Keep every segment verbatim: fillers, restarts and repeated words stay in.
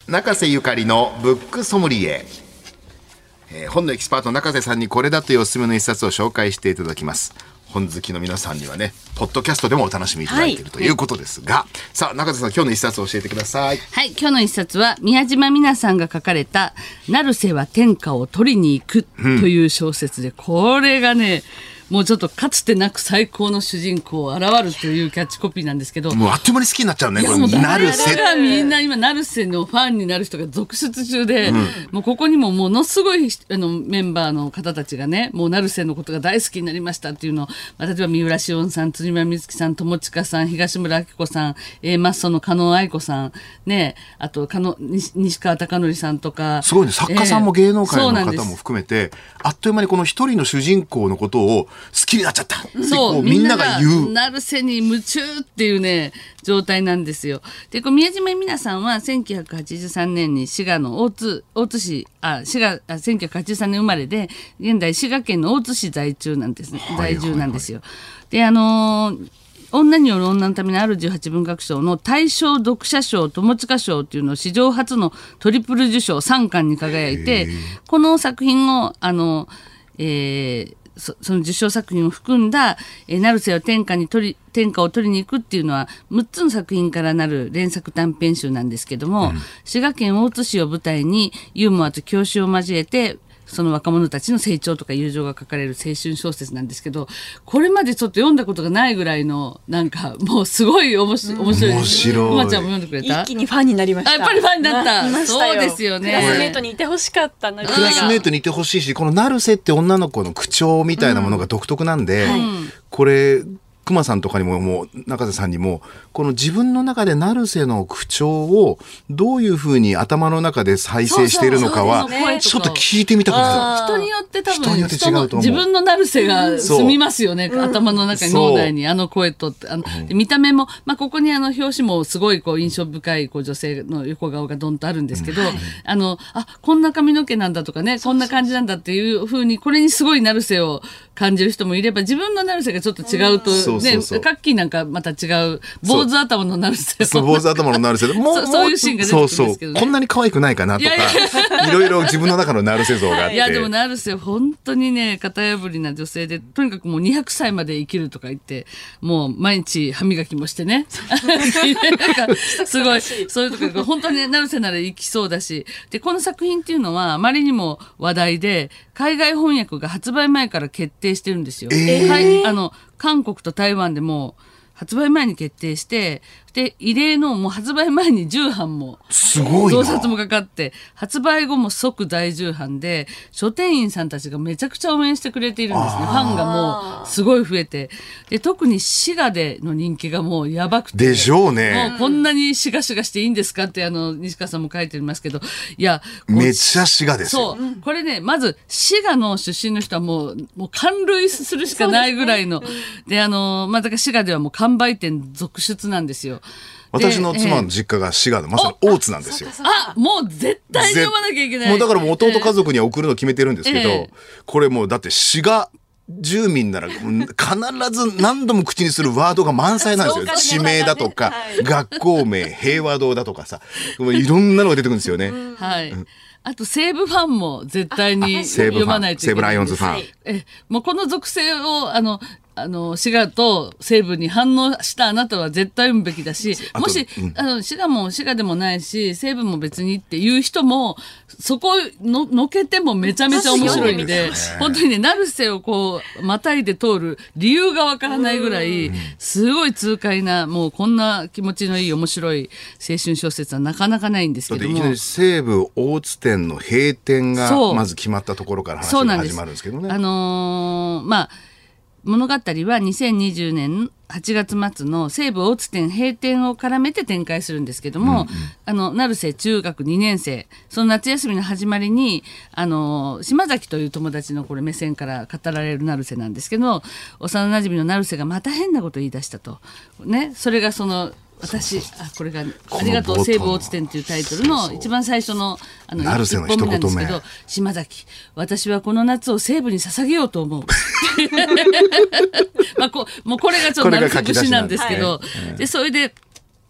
中瀬ゆかりのブックソムリエ、えー、本のエキスパート中瀬さんにこれだというおすすめの一冊を紹介していただきます。本好きの皆さんにはね、ポッドキャストでもお楽しみいただいている、はい、ということですが、さあ中瀬さん、今日の一冊を教えてください。 はい、今日の一冊は宮島美奈さんが書かれた成瀬は天下を取りに行くという小説で、うん、これがねもうちょっとかつてなく最高の主人公現るというキャッチコピーなんですけど、 もうあっという間に好きになっちゃうね。これもう成瀬がみんな今成瀬のファンになる人が続出中で、うん、もうここにもものすごいあのメンバーの方たちがね、もう成瀬のことが大好きになりましたっていうのを、例えば三浦紫音さん、辻村瑞希さん、友近さん、東村明子さん、えー、マッソの加納愛子さんね、あと加納西川貴教さんとか、 すごいね、作家さんも芸能界の方も含めて、えー、あっという間にこの一人の主人公のことを好きになっちゃった。 そう、みんなが成瀬に夢中っていうね状態なんですよ。で、こう宮島美奈さんはせんきゅうひゃくはちじゅうさんねんに滋賀の大津大津市あ滋賀あせんきゅうひゃくはちじゅうさんねん生まれで、現在滋賀県の大津市在住なんです、ね、在住なんですよ。で、あのー女による女のためのあるじゅうはち文学賞の大賞読者賞友近賞っていうのを史上初のトリプル受賞さんかんに輝いて、この作品をあの、えーそ, その受賞作品を含んだ、えー、成瀬は天下に取り天下を取りに行くっていうのはむっつの作品からなる連作短編集なんですけども、うん、滋賀県大津市を舞台にユーモアと教師を交えてその若者たちの成長とか友情が書かれる青春小説なんですけど、これまでちょっと読んだことがないぐらいのなんかもうすごい面白い、面白いです。うまちゃんも読んでくれた？ 一気にファンになりました。 あ、やっぱりファンになった。そうですよね。 クラスメートにいてほしかったな。 クラスメートにいてほしいし、この成瀬って女の子の口調みたいなものが独特なんで、うんはい、これ熊さんとかにももう中瀬さんにもこの自分の中で成瀬の口調をどういうふうに頭の中で再生しているのかはちょっと聞いてみたくなる。 人によって多分人によって違うと思う。自分の成瀬が住みますよね、頭の中に脳内にあの声とあの、うん、見た目も、まあ、ここにあの表紙もすごいこう印象深いこう女性の横顔がドンとあるんですけど、うんはい、あのあこんな髪の毛なんだとかね、こんな感じなんだっていうふうにこれにすごい成瀬を感じる人もいれば、自分の成瀬がちょっと違うと、うんね、カッキーなんかまた違う坊主頭の成瀬、 そう坊主頭の成瀬でもう そ, そういうシーンが出てくるんですけど、ね、そうそうこんなに可愛くないかなとかいろいろ自分の中の成瀬像があって、 いやでも成瀬本当にね型破りな女性で、とにかくもうにひゃくさいまで生きるとか言って、もう毎日歯磨きもしてねなんかすごいそういうとこ本当に成瀬なら生きそうだし、でこの作品っていうのはあまりにも話題で海外翻訳が発売前から決定してるんですよ。 えーはい、あの韓国と台湾でも発売前に決定して、で異例のもう発売前にじゅうはんも増刷もかかって、発売後も即大重版で書店員さんたちがめちゃくちゃ応援してくれているんですね。ファンがもうすごい増えて、で特に滋賀での人気がもうやばくて、 でしょうね。 もうこんなに滋賀滋賀していいんですかってあの西川さんも書いてますけど、いやめっちゃ滋賀ですよ。 そうこれね、まず滋賀の出身の人はもうもう感類するしかないぐらいの で,、ねうん、であのまあだから滋賀ではもう完売店続出なんですよ。 私の妻の実家が滋賀のまさに大津なんですよ。 あ、もう絶対に読まなきゃいけない。 もうだからもう弟家族には送るの決めてるんですけど、えー、これもうだって滋賀住民なら必ず何度も口にするワードが満載なんですよ。地名だとか、はい、学校名、平和堂だとかさ、もういろんなのが出てくるんですよね。 はい。うんあと西武ファンも絶対に読まないといけない。 西武ライオンズファン。 え、もうこの属性をあのあの滋賀と西武に反応したあなたは絶対読むべきだし、もし、うん、あの滋賀も滋賀でもないし西武も別にっていう人もそこののけてもめちゃめちゃ面白いんで、本当にね成瀬をこうまたいで通る理由がわからないぐらいすごい痛快な、もうこんな気持ちのいい面白い青春小説はなかなかないんですけども、 いきなり西武大津店の閉店がまず決まったところから話が始まるんですけどね。 あのー、まあ物語はにせんにじゅうねんはちがつ末の西武大津店閉店を絡めて展開するんですけども、うんうん、あの成瀬中学にねん生、その夏休みの始まりにあの島崎という友達のこれ目線から語られる成瀬なんですけど、幼なじみの成瀬がまた変なことを言い出したと、ね、それがその私あこれがありがとう西武大津店というタイトルの一番最初のあの一本目なんですけど、島崎、私はこの夏を西武に捧げようと思うまあこもうこれがちょっと成瀬節なんですけど、でそれで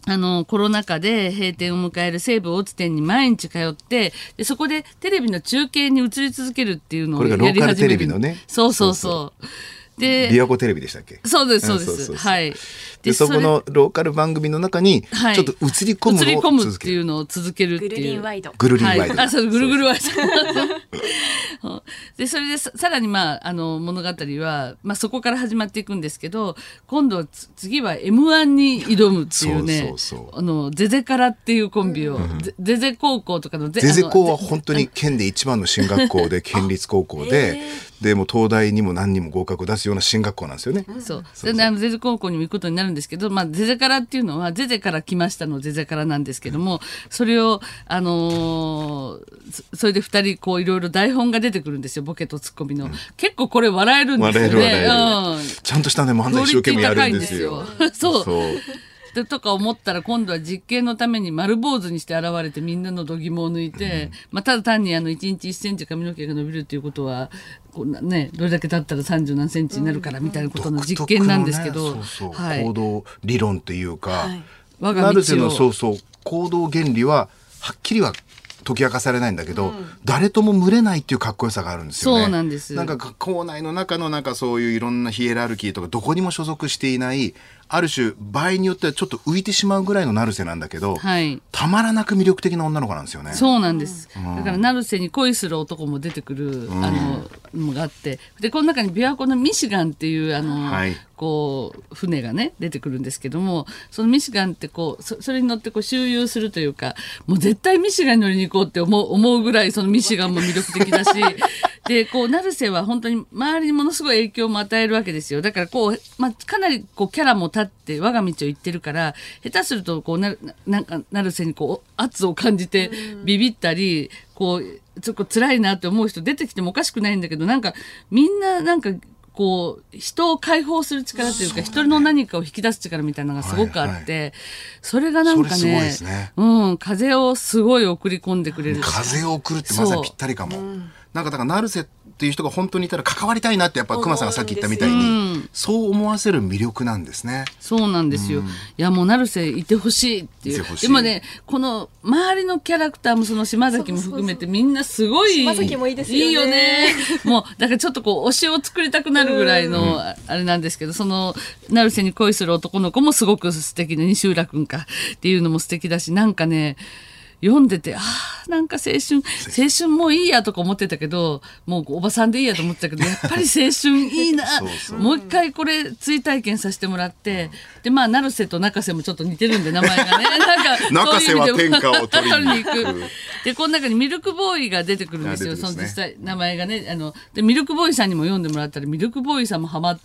あのコロナ禍で閉店を迎える西武大津店に毎日通って、でそこでテレビの中継に移り続けるっていうのをやり始める。 これがローカルテレビのね。 そうそうそうで琵琶湖テレビでしたっけ。 そうですそうです、 そうそうそう、 はい。 でそこのローカル番組の中にちょっと映り込むのを続ける、 映り込むっていうのを続けるっていう。 ぐるりんワイド。 ぐるりんワイド、 はい、あそうぐるぐるワイドでそれでささらに、まあ、あの物語は、まあ、そこから始まっていくんですけど、今度は次は エムワン に挑むっていうね、 そうそうそう、 あのゼゼカラっていうコンビを、うん、ゼゼゼ高校とかのゼゼ高は本当に県で一番の進学校で県立高校で、でも東大にも何にも合格を出すような進学校なんですよね。 そうそうそう、であのゼゼ高校にも行くことになるんですけど、まあ、ゼゼカラっていうのはゼゼから来ましたのゼゼカラなんですけども、それを、あのー、それでふたりこういろいろ台本が出てくるんですよ、ボケとツッコミの、うん、結構これ笑えるんですよね。 笑える笑える、うん、ちゃんとしたね漫才一生懸命やるんですよ。 そうそうでとか思ったら、今度は実験のために丸坊主にして現れてみんなの度肝を抜いて、うん、まあ、ただ単にあのいちにちいっセンチ髪の毛が伸びるということはこう、ね、どれだけ経ったらさんじゅうなんセンチになるからみたいなことの実験なんですけど、 ね、そうそう、はい、行動理論っていうか、はい、 我が道を成瀬のそうそう行動原理ははっきりは解き明かされないんだけど、うん、誰とも群れないっていうかっこよさがあるんですよね。 そうなんです。 なんか校内の中のなんかそういういろんなヒエラルキーとかどこにも所属していない、ある種場合によってはちょっと浮いてしまうぐらいの成瀬なんだけど、はい、たまらなく魅力的な女の子なんですよね。 そうなんです、うん、だから成瀬に恋する男も出てくる、うん、あののがあって、でこの中に琵琶湖のミシガンっていうあの、はい、こう船がね出てくるんですけども、そのミシガンってこう そ, それに乗ってこう周遊するというか、もう絶対ミシガンに乗りに行こうって思う、思うぐらいそのミシガンも魅力的だしでこう成瀬は本当に周りにものすごい影響も与えるわけですよ。だからこう、まあ、かなりこうキャラも立って我が道を行ってるから、下手するとこうななんか成瀬にこう圧を感じてビビったり、こうちょっと辛いなって思う人出てきてもおかしくないんだけど、なんかみんななんかこう人を解放する力というか、人の何かを引き出す力みたいなのがすごくあって、はいはい、それがなんか ね, ね、うん、風をすごい送り込んでくれる。 風を送るってまさにぴったりかも。なんかだから成瀬っていう人が本当にいたら関わりたいなって、やっぱ熊さんがさっき言ったみたいに、うん、そう思わせる魅力なんですね。 そうなんですよ、うん、いやもう成瀬いてほしいっていう。でもね、この周りのキャラクターもその島崎も含めてみんなすごい島崎もいいですよね。 いいよねもうだからちょっとこう推しを作りたくなるぐらいのあれなんですけど、その成瀬に恋する男の子もすごく素敵な西浦君かっていうのも素敵だし、なんかね読んでて、あーなんか青春青春もういいやとか思ってたけど、もうおばさんでいいやと思ってたけど、やっぱり青春いいなそうそう、もう一回これ追体験させてもらって、でまあ成瀬と中瀬もちょっと似てるんで名前がねなんか中瀬は天下を取りに行くでこの中にミルクボーイが出てくるんですよ、その実際名前がね、あのでミルクボーイさんにも読んでもらったら、ミルクボーイさんもハマって、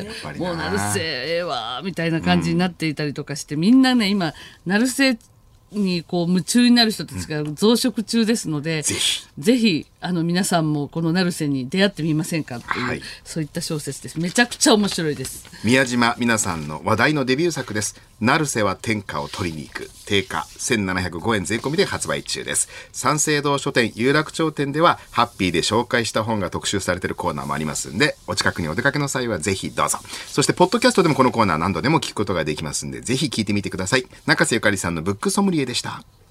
もう成瀬ええわみたいな感じになっていたりとかして、うん、みんなね今成瀬にこう夢中になる人たちが増殖中ですので、うん、ぜひぜひあの皆さんもこの成瀬に出会ってみませんかっていう、はい、そういった小説です。めちゃくちゃ面白いです。 宮島美奈さんの話題のデビュー作です。成瀬は天下を取りに行く、定価せんななひゃくごえん税込みで発売中です。三省堂書店有楽町店ではハッピーで紹介した本が特集されているコーナーもありますんで、お近くにお出かけの際はぜひどうぞ。そしてポッドキャストでもこのコーナー何度でも聞くことができますんで、ぜひ聞いてみてください。中瀬ゆかりさんのブックソムリエでした。